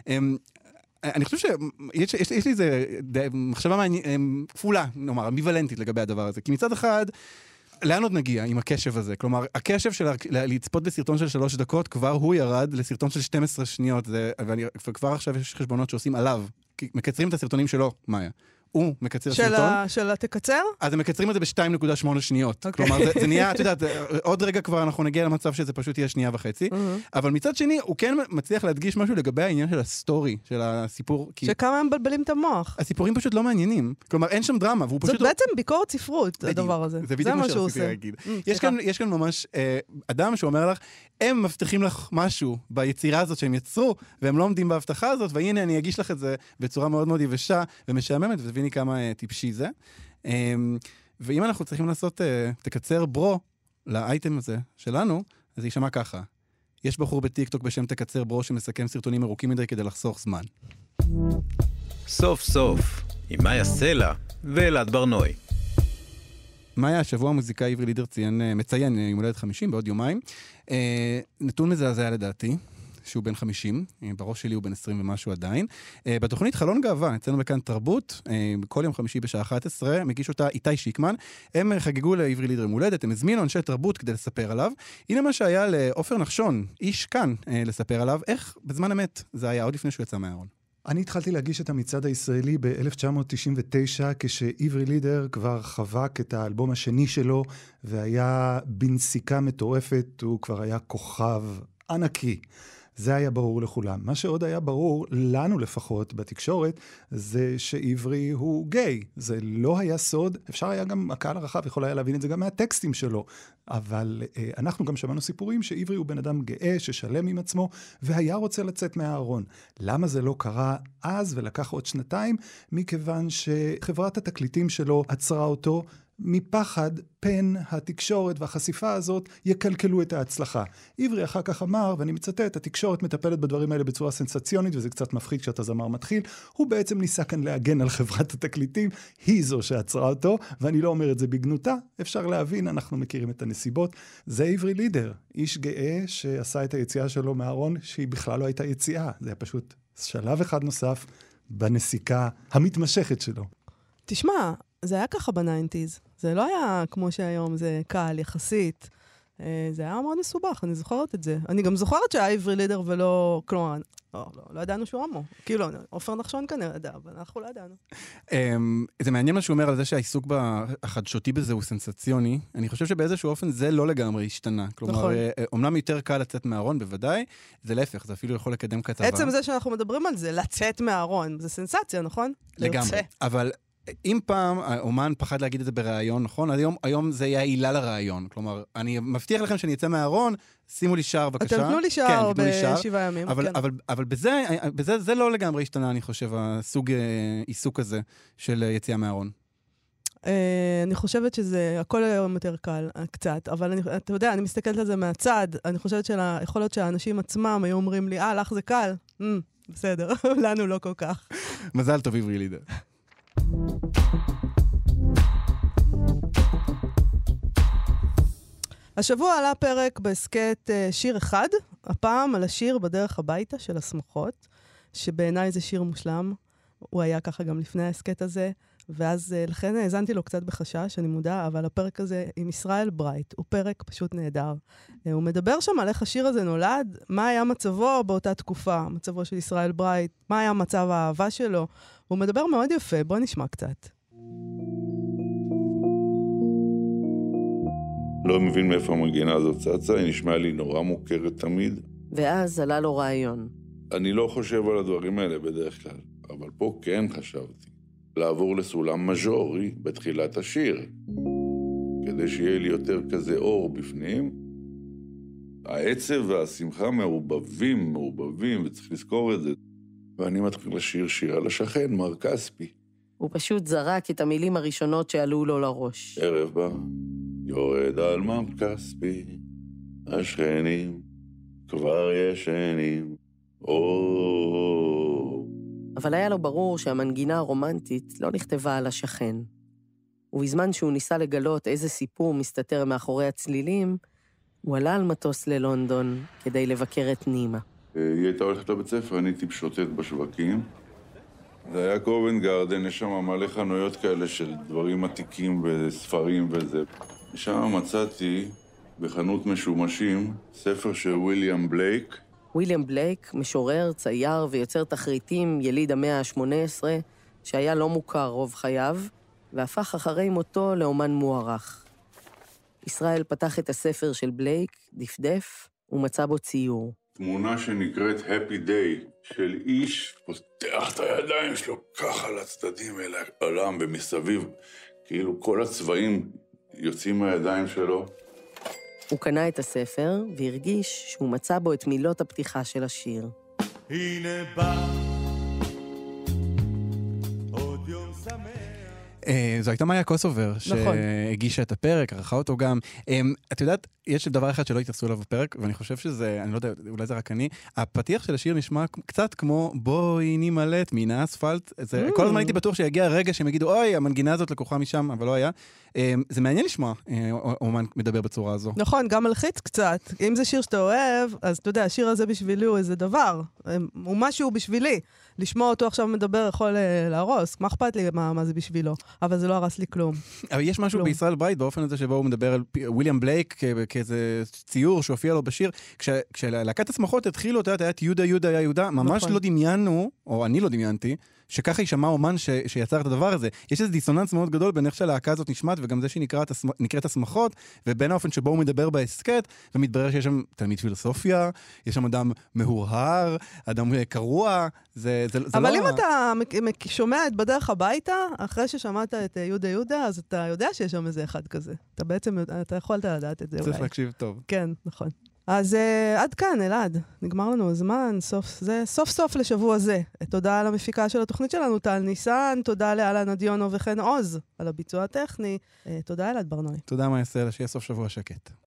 אני חושב שיש לי איזה מחשבה כפולה, נאמר, אמביוולנטית לגבי הדבר הזה, כי מצד אחד, לאן עוד נגיע עם הקשב הזה? כלומר, הקשב של לצפות בסרטון של 3 דקות, כבר הוא ירד לסרטון של 12 שניות, וכבר עכשיו יש חשבונות שעושים עליו, מקצרים את הסרטונים שלו, מאיה. הוא מקצר סרטון. של התקצר? אז הם מקצרים את זה ב-2.8 שניות. כלומר, זה נהיה, את יודעת, עוד רגע כבר אנחנו נגיע למצב שזה פשוט יהיה 1.5 אבל מצד שני, הוא כן מצליח להדגיש משהו לגבי העניין של הסטורי, של הסיפור. שכמה הם מבלבלים את המוח. הסיפורים פשוט לא מעניינים. כלומר, אין שם דרמה, והוא פשוט... זאת בעצם ביקורת ספרות, הדבר הזה. זה מה שהוא עושה. יש כאן ממש אדם שאומר לך, הם מבטיחים לך משהו ביצירה הזאת שהם יצרו, והם לא עומדים בהבטחה הזאת, והנה אני אגיש לך את זה בצורה מאוד מאוד יבשה ומשעממת, ותביני כמה טיפשי זה. ואם אנחנו צריכים לעשות תקצר ברו לאייטם הזה שלנו, אז יישמע ככה. יש בחור בטיקטוק בשם תקצר ברו שמסכם סרטונים ארוכים מדי כדי לחסוך זמן. סוף סוף, עם מאיה סלע ואלעד ברנוי. מאיה, השבוע המוזיקאי עברי לידר מציין יום הולדת 50 בעוד יומיים. נתון מזעזע לדעתי, שהוא בן 50, בראש שלי הוא בן 20 ומשהו עדיין. בתוכנית חלון גאווה, אצלנו בכאן תרבות, כל יום חמישי בשעה 11, מגיש אותה איתי שיקמן. הם חגגו לעברי לידר יום הולדת, הם הזמינו אנשי תרבות כדי לספר עליו. הנה מה שהיה לעופר נחשון, איש כאן, לספר עליו, איך בזמן אמת זה היה עוד לפני שהוא יצא מהארון. אני התחלתי להגיש את המצעד הישראלי ב-1999, כשעברי לידר כבר חבק את האלבום השני שלו, והיה בנסיקה מטורפת, הוא כבר היה כוכב ענקי. זה היה ברור לכולם. מה שעוד היה ברור, לנו לפחות בתקשורת, זה שעברי הוא גיי. זה לא היה סוד, אפשר היה גם, הקהל הרחב יכול היה להבין את זה גם מהטקסטים שלו, אבל אנחנו גם שמענו סיפורים שעברי הוא בן אדם גאה, ששלם עם עצמו, והיה רוצה לצאת מהארון. למה זה לא קרה אז ולקח עוד 2? מכיוון שחברת התקליטים שלו עצרה אותו, מפחד פן התקשורת והחשיפה הזאת יקלקלו את ההצלחה. עברי אחר כך אמר, ואני מצטט, התקשורת מטפלת בדברים האלה בצורה סנסציונית, וזה קצת מפחיד כשאתה זמר מתחיל. הוא בעצם ניסה כאן להגן על חברת התקליטים, היא זו שעצרה אותו, ואני לא אומר את זה בגנותה, אפשר להבין, אנחנו מכירים את הנסיבות. זה עברי לידר, איש גאה שעשה את היציאה שלו מהארון, שהיא בכלל לא הייתה יציאה. זה היה פשוט שלב אחד נוסף בנסיקה המתמשכת שלו. תשמע, זה היה ככה ב-90s. זה לא היה כמו שהיום, זה קל יחסית. זה היה מאוד מסובך, אני זוכרת את זה. אני גם זוכרת שהיה עברי לידר ולא... כלומר, לא ידענו שהוא הומו. כאילו, עופר נחשון כנראה ידע, אבל אנחנו לא ידענו. זה מעניין מה שהוא אומר על זה שהעיסוק החדשותי בזה הוא סנסציוני. אני חושב שבאיזשהו אופן זה לא לגמרי השתנה. כלומר, אומנם יותר קל לצאת מהארון, בוודאי, זה להפך, זה אפילו יכול לקדם כתבה. עצם זה שאנחנו מדברים על זה, לצאת מהארון, זה סנסציה, נכון? לגמרי. אבל... אם פעם האומן פחד להגיד את זה בראיון, נכון? היום זה יהיה עילה לראיון. כלומר, אני מבטיח לכם שאני אצא מהארון, שימו לי שער בבקשה. אתם תנו לי שער ב7 ימים. אבל בזה זה לא לגמרי השתנה, אני חושב, הסוג עיסוק הזה של יציאה מהארון. אני חושבת שזה הכל היום יותר קל, קצת, אבל אתה יודע, אני מסתכלת על זה מהצד, אני חושבת שיכול להיות שהאנשים עצמם היו אומרים לי, לך זה קל. בסדר, לנו לא כל כך. מזל טוב, עברי לידר. השבוע עלה פרק בעסקת שיר אחד, הפעם על השיר בדרך הביתה של השמחות, שבעיניי זה שיר מושלם, הוא היה ככה גם לפני העסקת הזה, ואז לכן האזנתי לו קצת בחשש, אני מודע, אבל הפרק הזה עם ישראל ברייט, הוא פרק פשוט נהדר. הוא מדבר שם על איך השיר הזה נולד, מה היה מצבו באותה תקופה, מצבו של ישראל ברייט, מה היה מצב האהבה שלו, הוא מדבר מאוד יפה, בוא נשמע קצת. לא מבין מאיפה המנגינה הזאת צצה, היא נשמעה לי נורא מוכרת תמיד. ואז עלה לו רעיון. אני לא חושב על הדברים האלה בדרך כלל, אבל פה כן חשבתי. לעבור לסולם מז'ורי בתחילת השיר. כדי שיהיה לי יותר כזה אור בפנים. העצב והשמחה מעובבים, וצריך לזכור את זה. ואני מתחיל לשיר שיר על השכן, מר כספי. הוא פשוט זרק את המילים הראשונות שעלו לו לראש. ערב בא, יורד על מר כספי, השכנים כבר ישנים. אבל היה לו ברור שהמנגינה הרומנטית לא נכתבה על השכן. ובזמן שהוא ניסה לגלות איזה סיפור מסתתר מאחורי הצלילים, הוא עלה על מטוס ללונדון כדי לבקר את נימה. היא הייתה הולכת לבית ספר, אני הייתי פשוטט בשווקים. זה היה קובנט גארדן, יש שם מלא חנויות כאלה של דברים עתיקים וספרים וזה. שם מצאתי בחנות משומשים ספר של וויליאם בלייק. וויליאם בלייק, משורר, צייר ויוצר תחריטים יליד המאה ה-18, שהיה לא מוכר רוב חייו, והפך אחרי מותו לאומן מוערך. ישראל פתח את הספר של בלייק, דפדף, ומצא בו ציור. תמונה שנקראת Happy Day, של איש פותח את הידיים שלו ככה לצדדים אל העולם ומסביב, כאילו כל הצבעים יוצאים מהידיים שלו. הוא קנה את הספר והרגיש שהוא מצא בו את מילות הפתיחה של השיר. הנה בא עוד יום שמח. זו הייתה מאיה קוסובר, שהגישה את הפרק, ערכה אותו גם. את יודעת, יש דבר אחד שלא התייחסו אליו בפרק, ואני חושב שזה, אני לא יודע, אולי זה רק אני, הפתיח של השיר נשמע קצת כמו בואי נמלט מן האספלט. כל הזמן הייתי בטוח שיגיע הרגע שהם יגידו, אוי, המנגינה הזאת לקוחה משם, אבל לא היה. זה מעניין לשמוע, אומן מדבר בצורה הזו. נכון, גם מלחיץ קצת. אם זה שיר שאתה אוהב, אז אתה יודע, השיר הזה בשבילי הוא איזה דבר. הוא משהו בשבילי. לשמוע אותו עכשיו מדבר יכול להרוס. מה אכפת לי מה זה בשבילו? אבל זה לא הרס לי כלום. אבל יש משהו בישראל ברייט באופן הזה שבו הוא מדבר על וויליאם בלייק כאיזה ציור שהופיע לו בשיר. כשלהקת השמחות התחילו, אתה יודעת, היה יהודה, ממש לא דמיינו, או אני לא דמיינתי, שככה יישמע אומן שיצר את הדבר הזה. יש איזה דיסוננס מאוד גדול בין איך שהלהקה הזאת נשמעת, וגם זה שהיא נקראת השמחות, ובין האופן שבו הוא מדבר בהסקט, ומתברר שיש שם תלמיד פילוסופיה, יש שם אדם מהורהר, אדם קרוע, זה אבל לא... אם אתה שומע את בדרך הביתה, אחרי ששמעת את יהודה, אז אתה יודע שיש שם איזה אחד כזה. אתה בעצם, אתה יכולת לדעת את זה אולי. צריך להקשיב טוב. כן, נכון. אז עד כאן, אלעד. נגמר לנו הזמן, סוף סוף לשבוע זה. תודה על המפיקה של התוכנית שלנו, טל ניסן, תודה לאלן אדיונו וחן עוז על הביצוע הטכני. תודה אלעד ברנועי. תודה מאיה סלע, שיהיה סוף שבוע שקט.